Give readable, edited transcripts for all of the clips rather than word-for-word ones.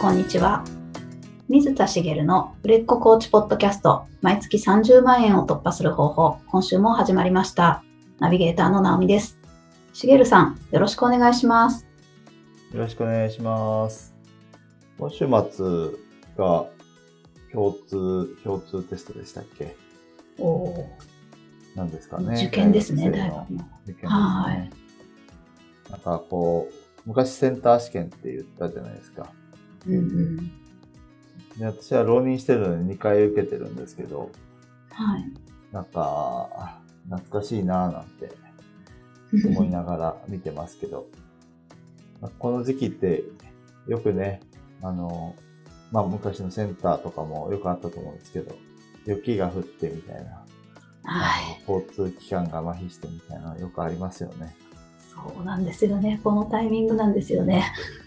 こんにちは。水田茂の売れっ子コーチポッドキャスト、毎月30万円を突破する方法、今週も始まりました。ナビゲーターの直美です。茂さん、よろしくお願いします。 よろしくお願いします。今週末が共通テストでしたっけ？なんですかね。 受験ですね、大学の。 受験ですね。はい。なんか昔センター試験って言ったじゃないですか。で、私は浪人してるのに2回受けてるんですけど、 はい。 なんか、懐かしいなぁなんて思いながら見てますけど、この時期ってよくね、昔のセンターとかもよくあったと思うんですけど、雪が降ってみたいな、交通機関が麻痺してみたいなのよくありますよね。 そうなんですよね。このタイミングなんですよね。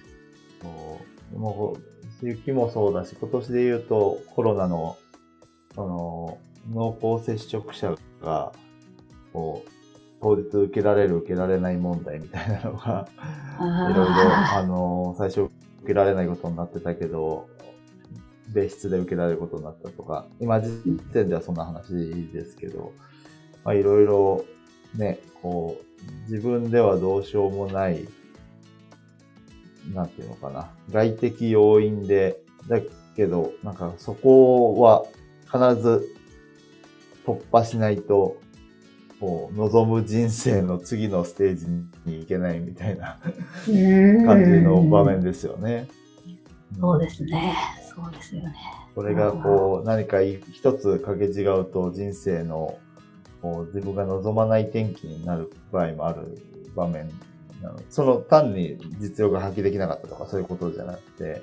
もう雪もそうだし、今年で言うとコロナの濃厚接触者が当日受けられる受けられない問題みたいなのがいろいろ最初受けられないことになってたけど別室で受けられることになったとか、今時点ではそんな話ですけど、いろいろね、自分ではどうしようもないなんていうのかな、外的要因でだけどなんかそこは必ず突破しないと望む人生の次のステージに行けないみたいな感じの場面ですよね。 そうですね。そうですよね。 これが何か一つかけ違うと人生の自分が望まない転機になる場合もある場面なの。その単に実力が発揮できなかったとかそういうことじゃなくて、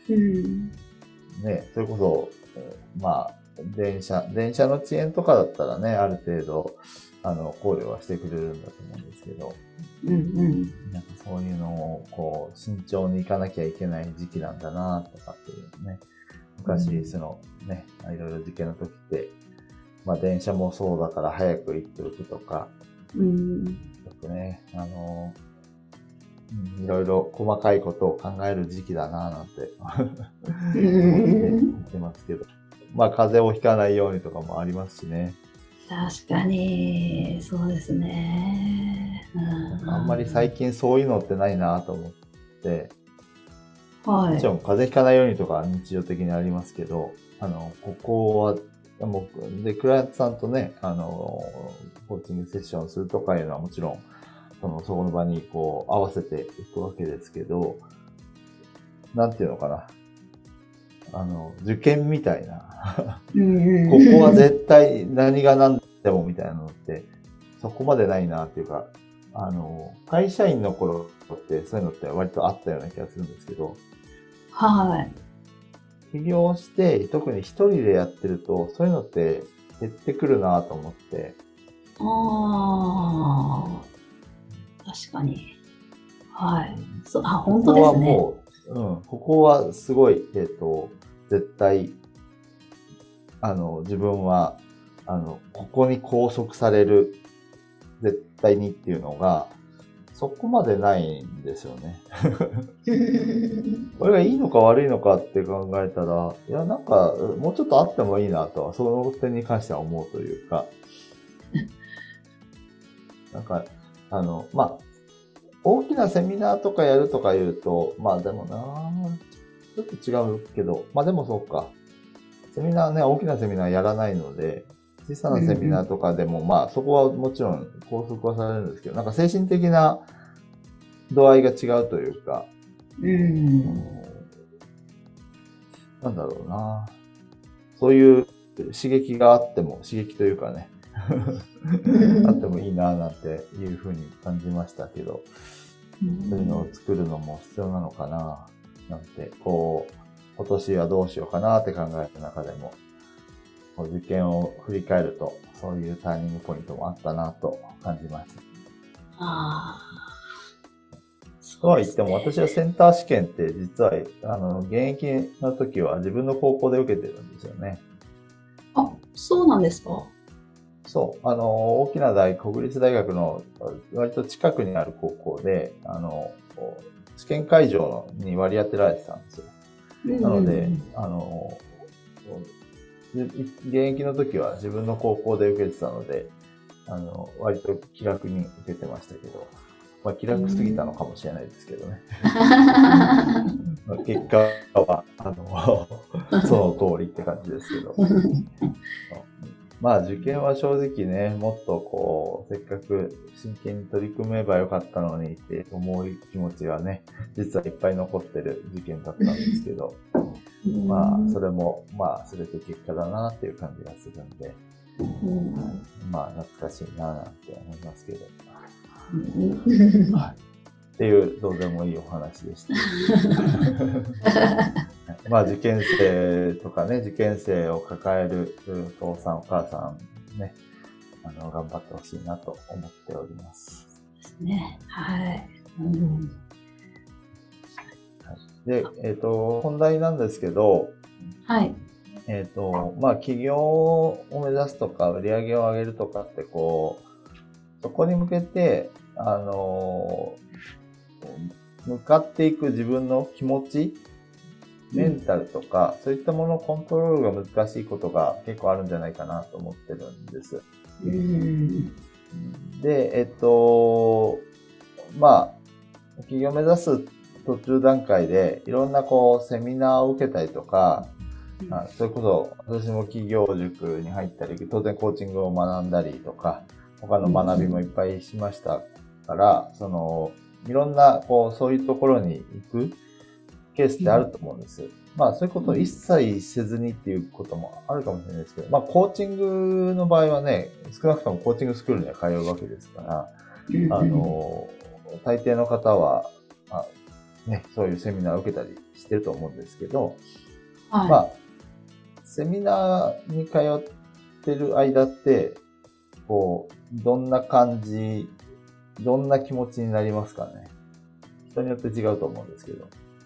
ね、それこそ電車の遅延とかだったらね、ある程度考慮はしてくれるんだと思うんですけど、なんかそういうのを慎重に行かなきゃいけない時期なんだなとかっていうね、昔いろいろ受験の時って、電車もそうだから早く行っておくとか、ちょっとね、いろいろ細かいことを考える時期だななんて言ってますけど、風邪をひかないようにとかもありますしね。 確かに、そうですね。 あんまり最近そういうのってないなと思って、もちろん風邪ひかないようにとか日常的にありますけど、ここは、で、クライアントさんとね、コーチングセッションするとかいうのはもちろん、そこの場に合わせていくわけですけど、なんていうのかな。受験みたいな。ここは絶対何が何でもみたいなのって、そこまでないなっていうか、会社員の頃ってそういうのって割とあったような気がするんですけど、起業して、特に一人でやってると、そういうのって減ってくるなと思って。 確かに。本当ですね。 ここはすごい、絶対、自分は、ここに拘束される、絶対にっていうのが、そこまでないんですよね。これがいいのか悪いのかって考えたら、いや、なんか、もうちょっとあってもいいなとは、その点に関しては思うというか、なんか、大きなセミナーとかやるとか言うと、でもなちょっと違うけど、でもそうか。セミナーね、大きなセミナーやらないので、小さなセミナーとかでも、そこはもちろん拘束はされるんですけど、なんか精神的な度合いが違うというか、なんだろうな。そういう刺激があっても、刺激というかね、あってもいいななんていうふうに感じましたけど、そういうのを作るのも必要なのかななんて、今年はどうしようかなって考えた中でも、受験を振り返ると、そういうターニングポイントもあったなと感じました。とは言っても、私はセンター試験って実は、現役の時は自分の高校で受けてるんですよね。 そうなんですか？ そう。大きな国立大学の割と近くにある高校で、試験会場に割り当てられてたんですよ。 なので、現役の時は自分の高校で受けてたので、割と気楽に受けてましたけど、まあ気楽すぎたのかもしれないですけどね。結果は、その通りって感じですけど。まあ受験は正直ね、もっとこう、せっかく真剣に取り組めばよかったのにって思う気持ちがね、実はいっぱい残ってる受験だったんですけど、まあそれもまあ全て結果だなっていう感じがするんで、まあ懐かしいななんて思いますけど。はい、っていうどうでもいいお話でした。まあ受験生とかね、受験生を抱えるお父さんお母さんね、頑張ってほしいなと思っております。 ですね。はい。 で、本題なんですけど、 はい。 まあ起業を目指すとか売り上げを上げるとかってこう、そこに向けて向かっていく自分の気持ち、メンタルとか、そういったもののコントロールが難しいことが結構あるんじゃないかなと思ってるんです。で、まあ、起業を目指す途中段階で、いろんなこう、セミナーを受けたりとか、それこそ私も企業塾に入ったり、当然コーチングを学んだりとか、他の学びもいっぱいしましたから、いろんな、こう、そういうところに行くケースってあると思うんです。まあ、そういうことを一切せずにっていうこともあるかもしれないですけど、まあ、コーチングの場合はね、少なくともコーチングスクールには通うわけですから、大抵の方は、ね、そういうセミナーを受けたりしてると思うんですけど、まあ、セミナーに通ってる間って、こう、どんな感じ、どんな気持ちになりますかね。人によって違うと思うんですけど。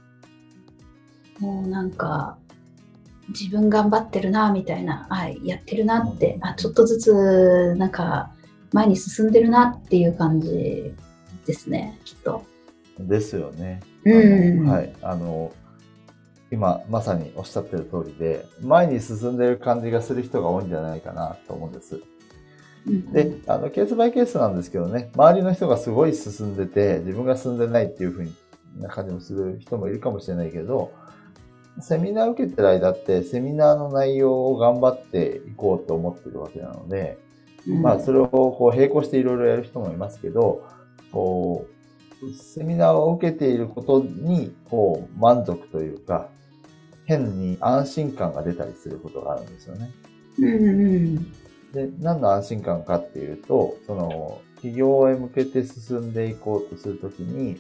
もうなんか、自分頑張ってるな、みたいな、やってるなって、ちょっとずつ、なんか、前に進んでるなっていう感じですね、きっと。 ですよね。はい。今、まさにおっしゃってる通りで、前に進んでる感じがする人が多いんじゃないかなと思うんです。で、ケースバイケースなんですけどね、周りの人がすごい進んでて、自分が進んでないっていう風な感じもする人もいるかもしれないけど、セミナー受けてる間って、セミナーの内容を頑張っていこうと思ってるわけなので、まあ、それをこう並行していろいろやる人もいますけど、こう、セミナーを受けていることに、こう、満足というか、変に安心感が出たりすることがあるんですよね。で、何の安心感かっていうと、起業へ向けて進んでいこうとするときに、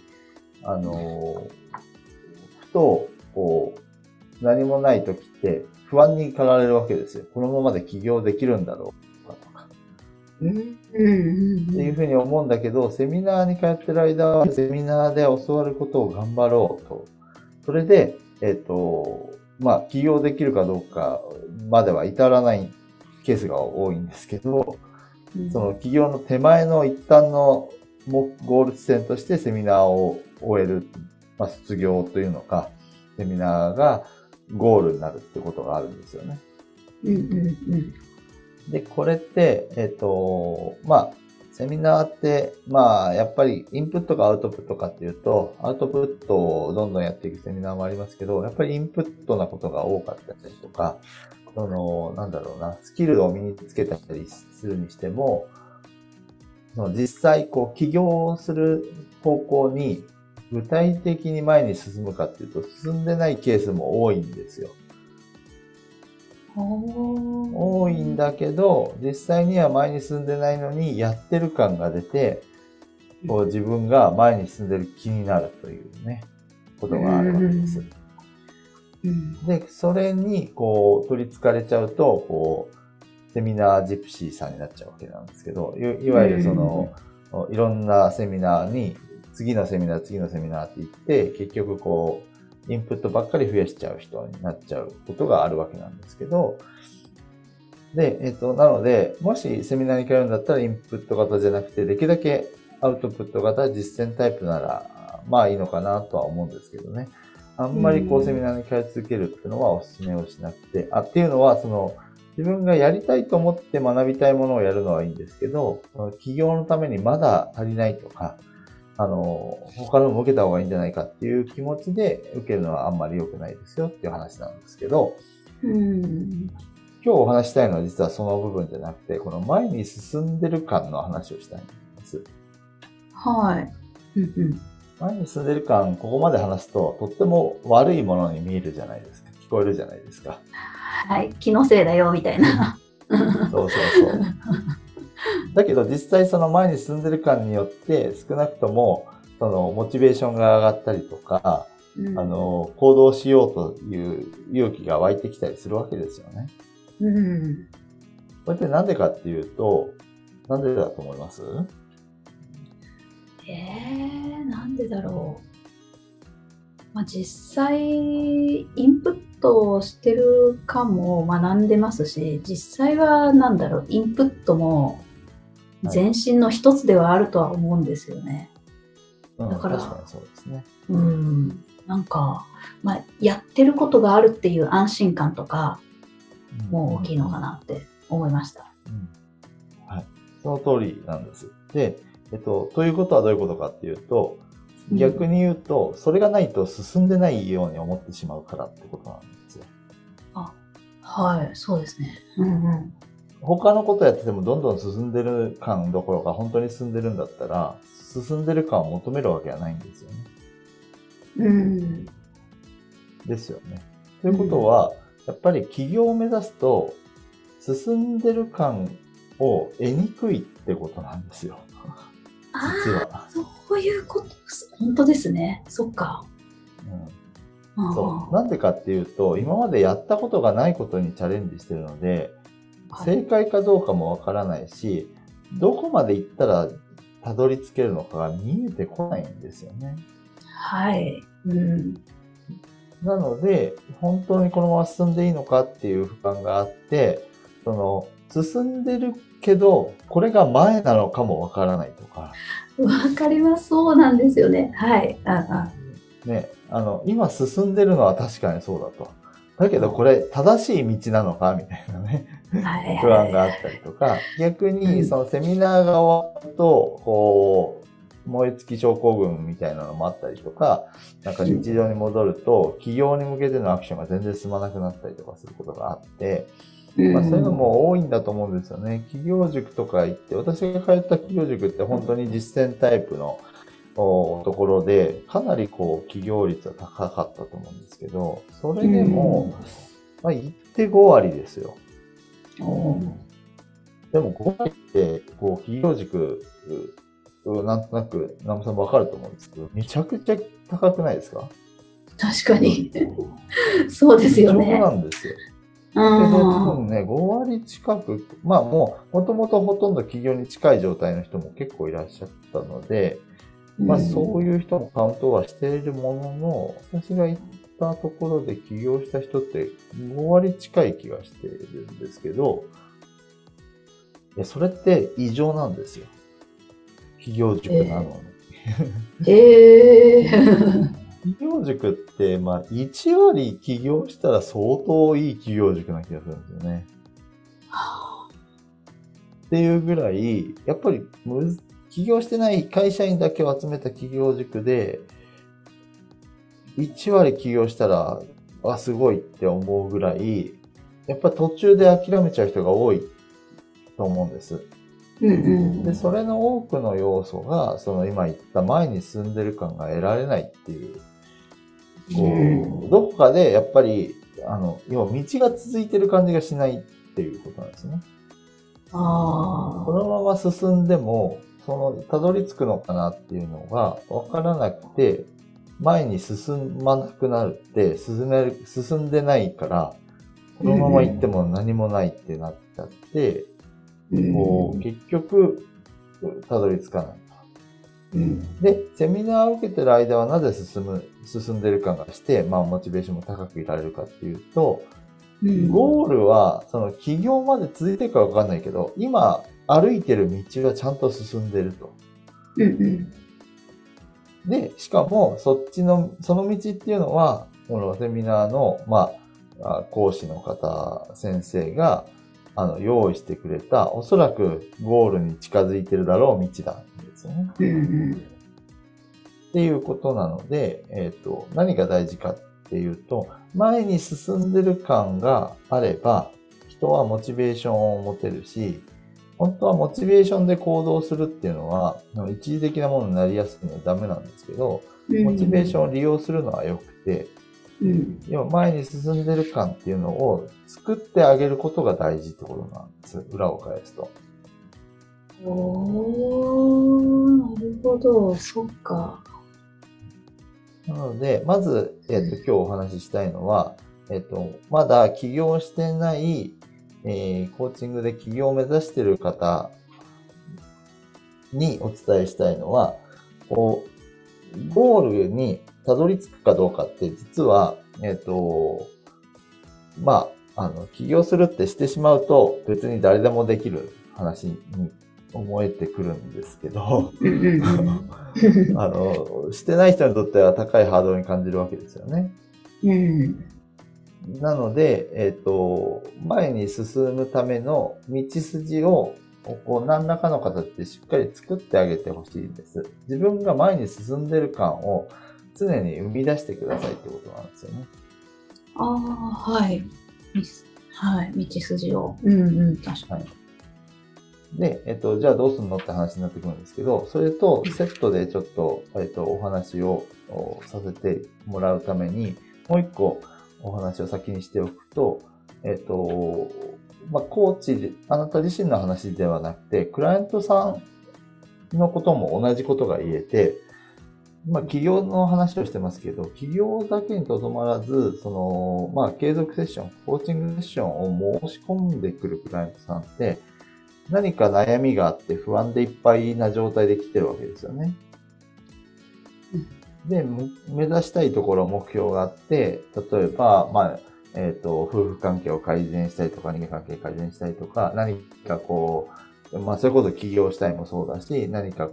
ふと、こう、何もないときって不安に駆られるわけですよ。このままで起業できるんだろうかとか。っていうふうに思うんだけど、セミナーに通ってる間は、セミナーで教わることを頑張ろうと。それで、まあ、起業できるかどうかまでは至らないケースが多いんですけど、その起業の手前の一旦のゴール地点としてセミナーを終える、まあ、卒業というのか、セミナーがゴールになるってことがあるんですよね。で、これって、まあ、セミナーって、まあ、やっぱりインプットかアウトプットかっていうと、アウトプットをどんどんやっていくセミナーもありますけど、やっぱりインプットなことが多かったりとか、なんだろうな、スキルを身につけたりするにしても、実際、こう、起業する方向に具体的に前に進むかっていうと、進んでないケースも多いんですよ。多いんだけど、実際には前に進んでないのに、やってる感が出て、こう自分が前に進んでる気になるというね、ことがあるわけです。で、それに、こう、取り憑かれちゃうと、こう、セミナージプシーさんになっちゃうわけなんですけど、いわゆるいろんなセミナーに、次のセミナーって言って、結局こう、インプットばっかり増やしちゃう人になっちゃうことがあるわけなんですけど、で、なので、もしセミナーに通うんだったらインプット型じゃなくて、できるだけアウトプット型実践タイプなら、まあいいのかなとは思うんですけどね。 あんまりこうセミナーに通い続けるっていうのはお勧めをしなくて、っていうのは、自分がやりたいと思って学びたいものをやるのはいいんですけど、起業のためにまだ足りないとか、他のも受けた方がいいんじゃないかっていう気持ちで受けるのはあんまり良くないですよっていう話なんですけど、今日お話したいのは実はその部分じゃなくて、この前に進んでる感の話をしたいんです。 はい。 前に進んでる感、ここまで話すととっても悪いものに見えるじゃないですか。聞こえるじゃないですか。 はい。気のせいだよみたいな。 そう。だけど実際その前に進んでる感によって少なくともそのモチベーションが上がったりとか、行動しようという勇気が湧いてきたりするわけですよね。これってなんでかっていうと、なんでだと思います？ なんでだろう。実際インプットしてる感も学んでますし、実際はインプットも前進の一つではあるとは思うんですよね。だから確かにそうですね。 やってることがあるっていう安心感とかも大きいのかなって思いました。 はい、その通りなんです。で、ということはどういうことかっていうと、逆に言うと、それがないと進んでないように思ってしまうからってことなんですよ。 はい、そうですね。 他のことやっててもどんどん進んでる感どころか本当に進んでるんだったら、進んでる感を求めるわけはないんですよね。ですよね。ということは、やっぱり起業を目指すと、進んでる感を得にくいってことなんですよ。実は。 そういうこと、本当ですね。そっか。 なんでかっていうと、今までやったことがないことにチャレンジしてるので、正解かどうかもわからないし、どこまで行ったらたどり着けるのかが見えてこないんですよね。 はい。 なので、本当にこのまま進んでいいのかっていう不安があって、進んでるけど、これが前なのかもわからないとか。 わかります。そうなんですよね。はい。 ね、今進んでるのは確かにそうだと。だけどこれ正しい道なのかみたいなね、不安があったりとか、逆にそのセミナーが終わると、こう、燃え尽き症候群みたいなのもあったりとか、なんか日常に戻ると、起業に向けてのアクションが全然進まなくなったりとかすることがあって、そういうのも多いんだと思うんですよね。起業塾とか行って、私が通った起業塾って本当に実践タイプのところで、かなり起業率は高かったと思うんですけど、それでも、言って5割ですよ。でも5割って、起業塾、なんとなく、ナムさんもわかると思うんですけど、めちゃくちゃ高くないですか？ 確かに。そうですよね。 そうなんですよ。けど多分ね、5割近く、もともとほとんど起業に近い状態の人も結構いらっしゃったので、そういう人もカウントはしているものの、私が行ったところで起業した人って5割近い気がしているんですけど、それって異常なんですよ。起業塾なのに。起業塾って、1割起業したら相当いい起業塾な気がするんですよね。っていうぐらい、やっぱり起業してない会社員だけを集めた起業塾で、1割起業したら、すごいって思うぐらい、やっぱ途中で諦めちゃう人が多いと思うんです。で、それの多くの要素が、今言った前に進んでる感が得られないっていう、どこかでやっぱり、要は道が続いてる感じがしないっていうことなんですね。このまま進んでも、たどり着くのかなっていうのが分からなくて、前に進まなくなるって、進んでないから、このまま行っても何もないってなっちゃって、結局、たどり着かない。で、セミナーを受けてる間はなぜ進んでる感がして、モチベーションも高くいられるかっていうと、ゴールは、起業まで続いてるかわかんないけど、今歩いてる道はちゃんと進んでると。 で、しかも、その道っていうのは、このセミナーの、講師の方、先生が、用意してくれた、おそらくゴールに近づいてるだろう道なんですよね。っていうことなので、何が大事かっていうと、前に進んでる感があれば、人はモチベーションを持てるし、本当はモチベーションで行動するっていうのは、一時的なものになりやすいのはダメなんですけど、モチベーションを利用するのは良くて、要は前に進んでる感っていうのを作ってあげることが大事ってことなんです。裏を返すと。 なるほど、そっか。 なので、まず、今日お話ししたいのは、まだ起業してない、コーチングで起業を目指している方にお伝えしたいのは、ゴールにたどり着くかどうかって、実は、起業するってしてしまうと、別に誰でもできる話に思えてくるんですけど、してない人にとっては高いハードルに感じるわけですよね。なので、前に進むための道筋を、何らかの形でしっかり作ってあげてほしいんです。自分が前に進んでる感を常に生み出してくださいってことなんですよね。 はい。はい、道筋を。確かに。 で、じゃあどうするのって話になってくるんですけど、それとセットでちょっと、お話をさせてもらうために、もう一個お話を先にしておくと、コーチで、あなた自身の話ではなくて、クライアントさんのことも同じことが言えて、起業の話をしてますけど、起業だけにとどまらず、継続セッション、コーチングセッションを申し込んでくるクライアントさんって、何か悩みがあって不安でいっぱいな状態で来てるわけですよね。で、目指したいところ、目標があって、例えば、夫婦関係を改善したいとか、人間関係改善したいとか、何かそれこそ起業したいもそうだし、何か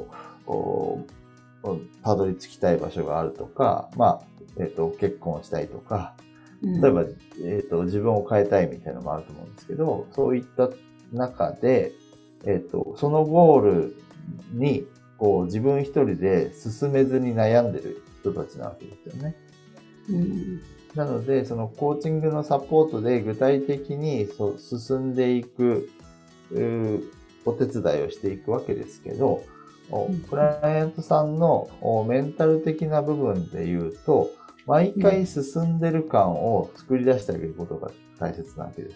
たどり着きたい場所があるとか、結婚したいとか、例えば、自分を変えたいみたいなのもあると思うんですけど、そういった中で、そのゴールに、自分一人で進めずに悩んでる人たちなわけですよね。なので、そのコーチングのサポートで具体的に進んでいく、お手伝いをしていくわけですけど、クライアントさんのメンタル的な部分で言うと、毎回進んでる感を作り出してあげることが大切なわけです。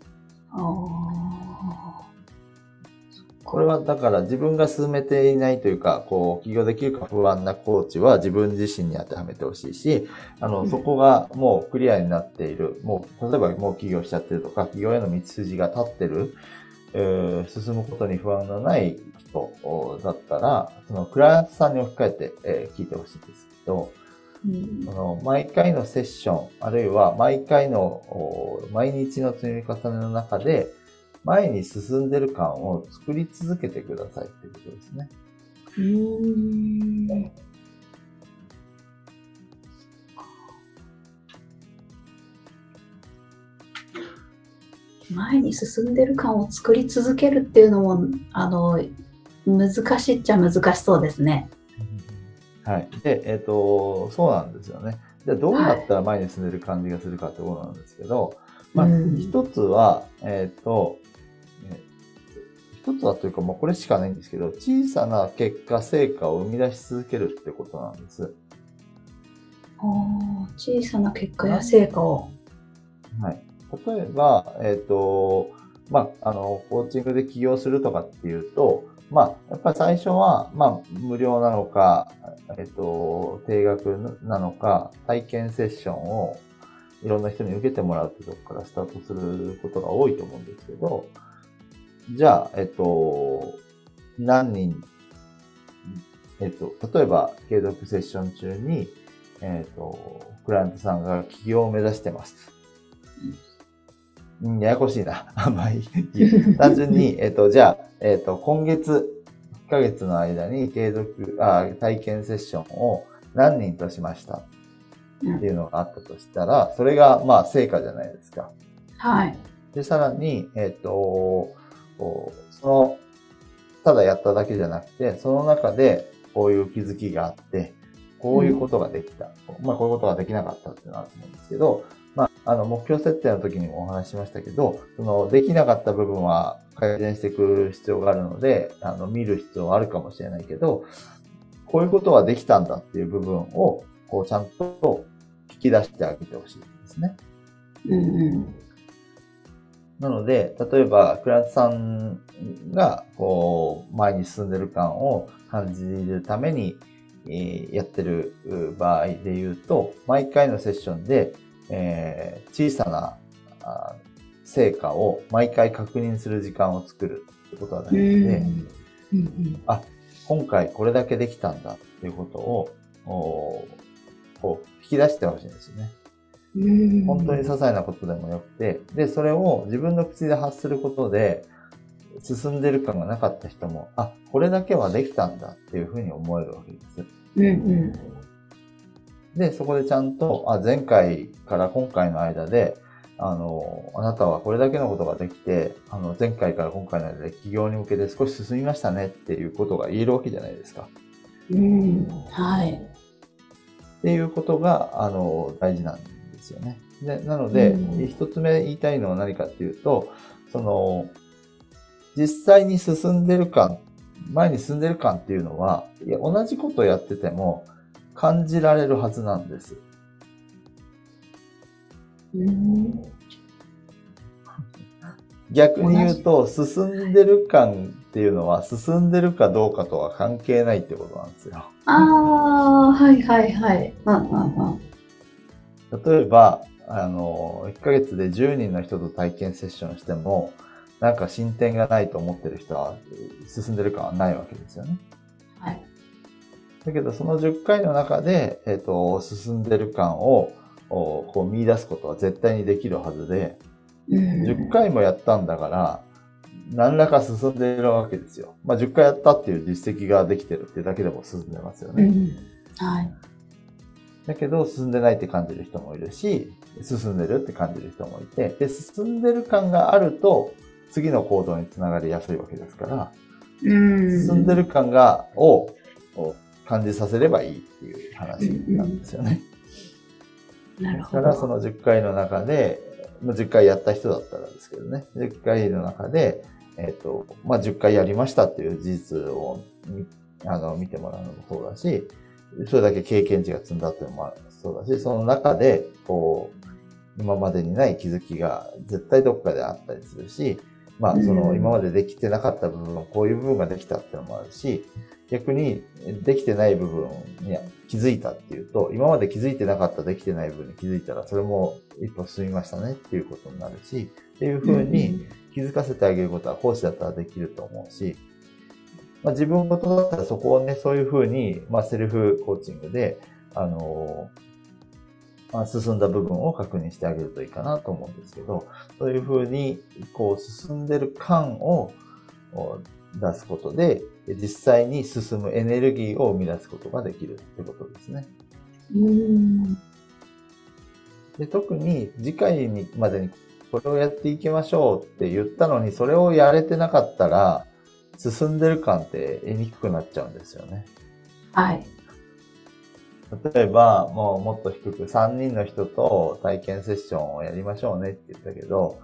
これはだから自分が進めていないというか、起業できるか不安なコーチは自分自身に当てはめてほしいし、そこがもうクリアになっている、例えばもう起業しちゃってるとか、起業への道筋が立ってる、進むことに不安のない人だったら、そのクライアントさんに置き換えて、聞いてほしいんですけど、毎回のセッション、あるいは毎日の積み重ねの中で、前に進んでる感を作り続けてくださいっていうことですね。 前に進んでる感を作り続けるっていうのも、難しいっちゃ難しそうですね。 はい。で、そうなんですよね。じゃあどうやったら前に進んでる感じがするかってことなんですけど、一つは、一つはというか、これしかないんですけど、小さな結果、成果を生み出し続けるってことなんです。 小さな結果や成果を。 はい。例えば、コーチングで起業するとかっていうと、やっぱり最初は、無料なのか、定額なのか、体験セッションをいろんな人に受けてもらうってとこからスタートすることが多いと思うんですけど、じゃあ、何人、例えば、継続セッション中に、クライアントさんが起業を目指してます。ややこしいな。単純に、じゃあ、今月かヶ月の間に体験セッションを何人としましたっていうのがあったとしたら、それがまあ成果じゃないですか。 はい。 で、さらに、ただやっただけじゃなくて、その中でこういう気づきがあって、こういうことができた。まあ、こういうことができなかったっていうのはあると思うんですけど、まあ、目標設定の時にもお話ししましたけど、できなかった部分は改善していく必要があるので、見る必要はあるかもしれないけど、こういうことはできたんだっていう部分を、こう、ちゃんと引き出してあげてほしいですね。なので、例えば、クライアントさんが、こう、前に進んでる感を感じるために、やってる場合で言うと、毎回のセッションで、小さな成果を毎回確認する時間を作るってことが大事で、今回これだけできたんだっていうことを、こう引き出してほしいんですよね。本当に些細なことでもよくて、で、それを自分の口で発することで、進んでる感がなかった人も、これだけはできたんだっていうふうに思えるわけです。で、そこでちゃんと、前回から今回の間で、あなたはこれだけのことができて、前回から今回の間で起業に向けて少し進みましたねっていうことが言えるわけじゃないですか。 はい。 っていうことが、大事なんですよね。で、なので、一つ目言いたいのは何かっていうと、実際に進んでる感、前に進んでる感っていうのは、同じことをやってても感じられるはずなんです。逆に言うと、進んでる感っていうのは、進んでるかどうかとは関係ないってことなんですよ。 はいはいはい。 例えば、1ヶ月で10人の人と体験セッションしても、なんか進展がないと思ってる人は進んでる感はないわけですよね。 はい。 だけど、その10回の中で、進んでる感をこう見出すことは絶対にできるはずで、10回もやったんだから、何らか進んでるわけですよ。10回やったっていう実績ができてるっていうだけでも進んでますよね。 はい。 だけど、進んでないって感じる人もいるし、進んでるって感じる人もいて、で、進んでる感があると、次の行動につながりやすいわけですから、進んでる感を感じさせればいいっていう話なんですよね。 なるほど。 だからその10回の中で、10回やった人だったらですけどね、10回の中で、10回やりましたっていう事実を見てもらうのもそうだし、それだけ経験値が積んだっていうのもそうだし、その中で、こう、今までにない気づきが絶対どこかであったりするし、今までできてなかった部分、こういう部分ができたっていうのもあるし、逆にできてない部分に気づいたっていうと、今まで気づいてなかったできてない部分に気づいたら、それも一歩進みましたねっていうことになるし、っていう風に気づかせてあげることは講師だったらできると思うし、自分ごとだったらそこをね、そういう風に、セルフコーチングで、進んだ部分を確認してあげるといいかなと思うんですけど、そういう風に、こう、進んでる感を出すことで、実際に進むエネルギーを生み出すことができるってことですね。で、特に次回までにこれをやっていきましょうって言ったのに、それをやれてなかったら、進んでる感って得にくくなっちゃうんですよね。 はい。 例えば、もっと低く3人の人と体験セッションをやりましょうねって言ったけど、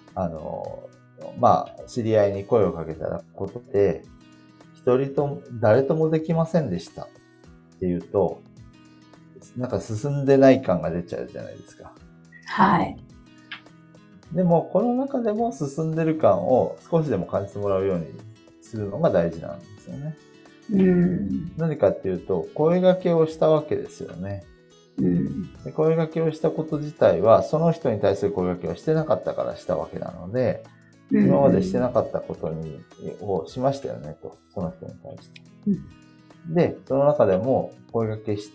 知り合いに声をかけたことで、誰ともできませんでしたっていうと、なんか進んでない感が出ちゃうじゃないですか。 はい。 でも、この中でも進んでる感を少しでも感じてもらうようにするのが大事なんですよね。何かっていうと、声掛けをしたわけですよね。で声掛けをしたこと自体は、その人に対する声掛けをしてなかったからしたわけなので、今までしてなかったことをしましたよねと、その人に対して。で、その中でも声掛けした、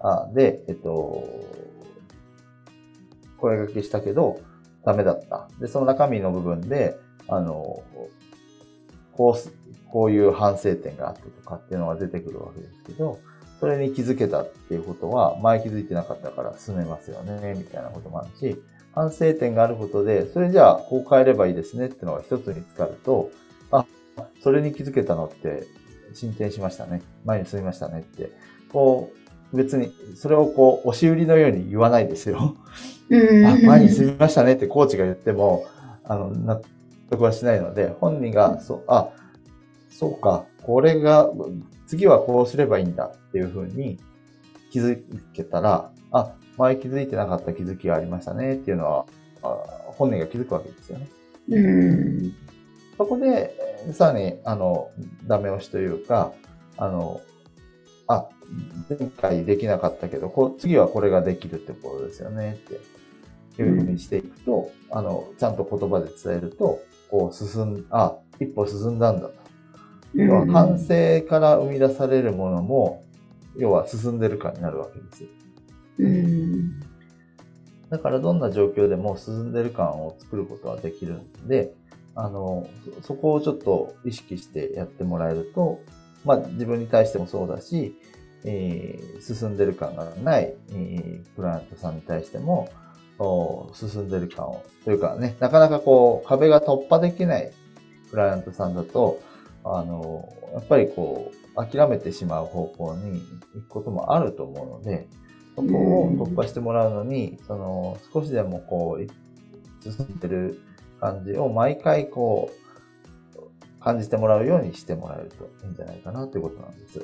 声掛けしたけど、ダメだった。で、その中身の部分で、ここういう反省点があってとかっていうのが出てくるわけですけど、それに気づけたっていうことは、前気づいてなかったから進めますよね、みたいなこともあるし、反省点があることで、それじゃあこう変えればいいですねっていうのが一つ見つかると、あ、それに気づけたのって進展しましたね。前に進みましたねって。こう、別に、それをこう、押し売りのように言わないですよ。前に進みましたねってコーチが言っても、納得はしないので、本人が、そうか、これが、次はこうすればいいんだっていうふうに気づけたら、前気づいてなかった気づきがありましたねっていうのは、本人が気づくわけですよね。そこで、さらに、ダメ押しというか、前回できなかったけど、次はこれができるってことですよねっていうふうにしていくと、ちゃんと言葉で伝えると、こう一歩進んだんだと。要は反省から生み出されるものも、要は進んでるかになるわけですよ。だからどんな状況でも進んでる感を作ることはできるんで、そこをちょっと意識してやってもらえると、自分に対してもそうだし、進んでる感がない、クライアントさんに対しても、進んでる感を、というかね、なかなかこう、壁が突破できないクライアントさんだと、やっぱりこう、諦めてしまう方向に行くこともあると思うので、そこを突破してもらうのに、少しでもこう、進んでる感じを毎回こう、感じてもらうようにしてもらえるといいんじゃないかなということなんです。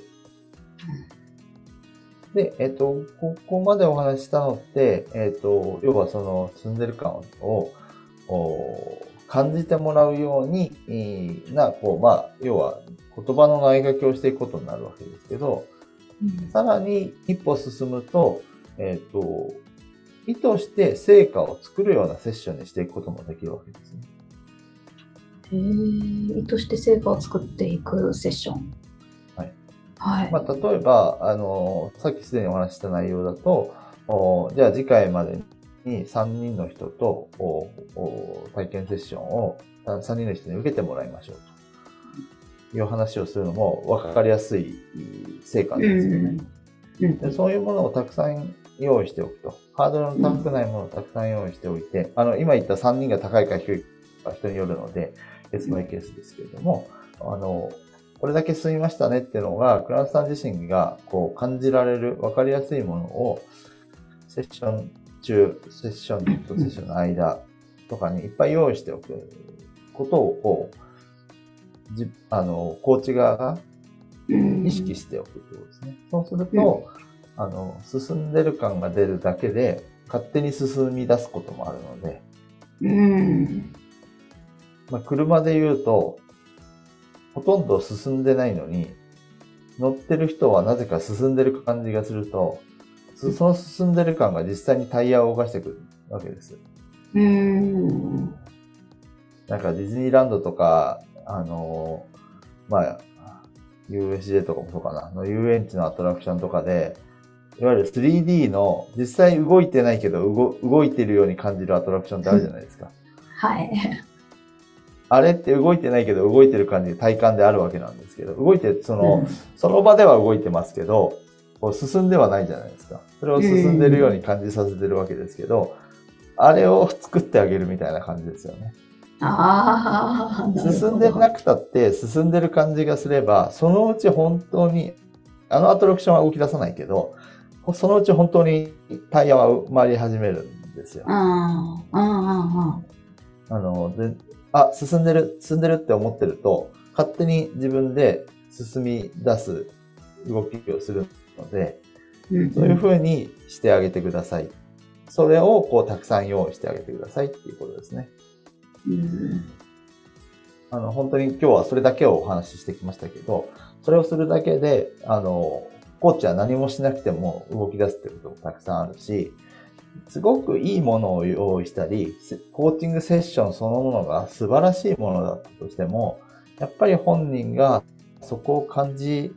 で、ここまでお話ししたのって、要はその進んでる感を感じてもらうように要は言葉の投げかけをしていくことになるわけですけど、さらに一歩進むと、意図して成果を作るようなセッションにしていくこともできるわけですね。 意図して成果を作っていくセッション。 はい。例えば、さっきすでにお話しした内容だと、じゃあ次回までに3人の人と体験セッションを3人の人に受けてもらいましょうという話をするのも分かりやすい成果ですよね。でそういうものをたくさん用意しておくと。ハードルの高くないものをたくさん用意しておいて、今言った3人が高いか低いか人によるので、ケースバイケースですけれども、これだけ進みましたねっていうのが、クライアントさん自身がこう感じられる、分かりやすいものを、セッション中、セッションとセッションの間とかにいっぱい用意しておくことを、こう、コーチ側が意識しておくということですね。そうすると、進んでる感が出るだけで、勝手に進み出すこともあるので、車で言うと、ほとんど進んでないのに、乗ってる人はなぜか進んでる感じがすると、その進んでる感が実際にタイヤを動かしてくるわけです。なんかディズニーランドとか、USJ とかもそうかな、遊園地のアトラクションとかで、いわゆる 3D の実際動いてないけど動いてるように感じるアトラクションってあるじゃないですか。 はい。 あれって動いてないけど動いてる感じが体感であるわけなんですけど、動いてその場では動いてますけど、こう進んではないじゃないですか。それを進んでるように感じさせてるわけですけど、あれを作ってあげるみたいな感じですよね。進んでなくたって進んでる感じがすれば、そのうち本当に、アトラクションは動き出さないけど、そのうち本当にタイヤは回り始めるんですよ。進んでるって思ってると、勝手に自分で進み出す動きをするので、そういう風にしてあげてください。それをこうたくさん用意してあげてくださいっていうことですね。本当に今日はそれだけをお話ししてきましたけど、それをするだけで、コーチは何もしなくても動き出すってこともたくさんあるし、すごくいいものを用意したり、コーチングセッションそのものが素晴らしいものだったとしても、やっぱり本人がそこを感じ、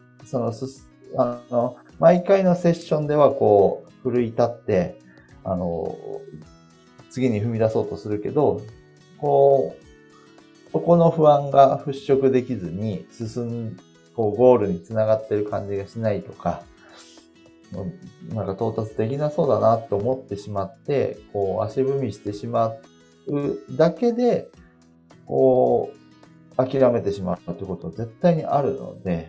毎回のセッションではこう、奮い立って、次に踏み出そうとするけど、こう、 そこの不安が払拭できずにゴールにつながってる感じがしないとか、なんか到達できなそうだなと思ってしまって、足踏みしてしまうだけで、諦めてしまうってことは絶対にあるので、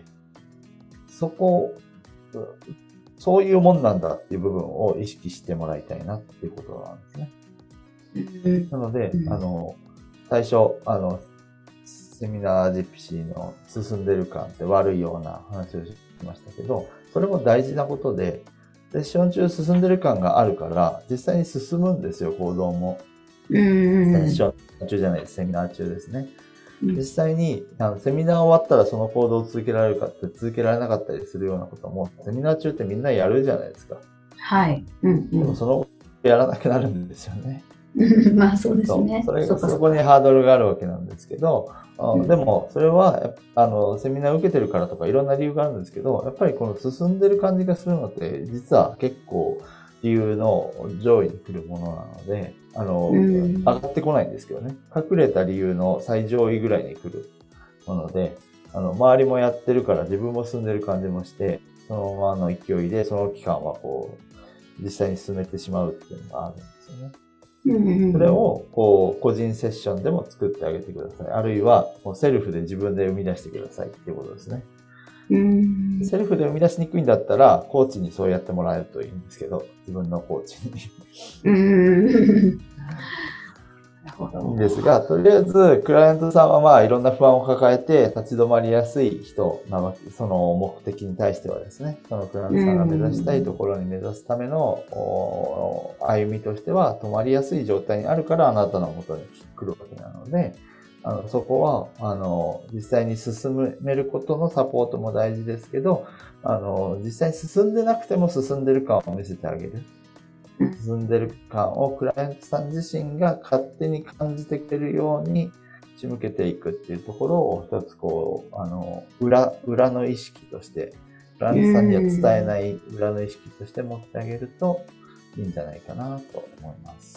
そういうもんなんだっていう部分を意識してもらいたいなっていうことなんですね。なので、最初、セミナージプシーの進んでる感って悪いような話をしましたけど、それも大事なことで、セッション中進んでる感があるから、実際に進むんですよ、行動も。セッション中じゃないです、セミナー中ですね。実際に、セミナー終わったらその行動を続けられるかって続けられなかったりするようなことも、セミナー中ってみんなやるじゃないですか。 はい。 でもそのやらなくなるんですよね。 まあそうですね。 そこにハードルがあるわけなんですけど、でもそれはセミナー受けてるからとかいろんな理由があるんですけど、やっぱりこの進んでる感じがするのって実は結構理由の上位に来るものなので、上がってこないんですけどね。隠れた理由の最上位ぐらいに来るもので、周りもやってるから自分も進んでる感じもして、そのままの勢いでその期間は実際に進めてしまうっていうのがあるんですよね。それを個人セッションでも作ってあげてください。あるいはセルフで自分で生み出してくださいっていうことですね。セルフで生み出しにくいんだったらコーチにそうやってもらえるといいんですけど、自分のコーチに。いいんですが、とりあえずクライアントさんはいろんな不安を抱えて立ち止まりやすい人なわけ、その目的に対してはですね、そのクライアントさんが目指したいところに目指すための歩みとしては止まりやすい状態にあるからあなたの元に来るわけなので、そこは実際に進めることのサポートも大事ですけど、実際に進んでなくても進んでる感を見せてあげる。進んでる感をクライアントさん自身が勝手に感じてくれるように仕向けていくっていうところを一つ裏の意識として、クライアントさんには伝えない裏の意識として持ってあげるといいんじゃないかなと思います。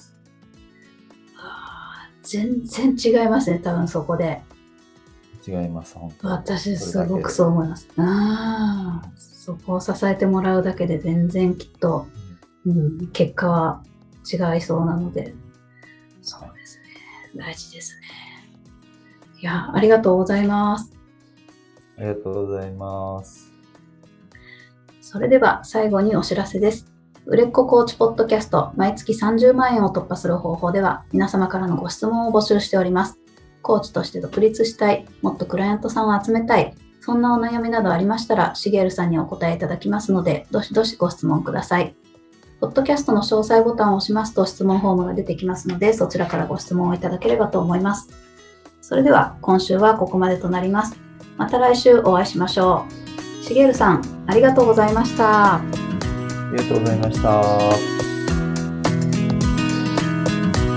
全然違いますね、多分そこで。 違います、本当に。 私すごくそう思います。そこを支えてもらうだけで全然きっと、結果は違いそうなので、そうですね、大事ですね。いや、ありがとうございます。 ありがとうございます。 それでは最後にお知らせです。売れっ子コーチポッドキャスト毎月30万円を突破する方法では皆様からのご質問を募集しております。コーチとして独立したい、もっとクライアントさんを集めたい、そんなお悩みなどありましたら、しげるさんにお答えいただきますので、どしどしご質問ください。ポッドキャストの詳細ボタンを押しますと質問フォームが出てきますので、そちらからご質問をいただければと思います。それでは今週はここまでとなります。また来週お会いしましょう。しげるさん、ありがとうございました。 ありがとうございました。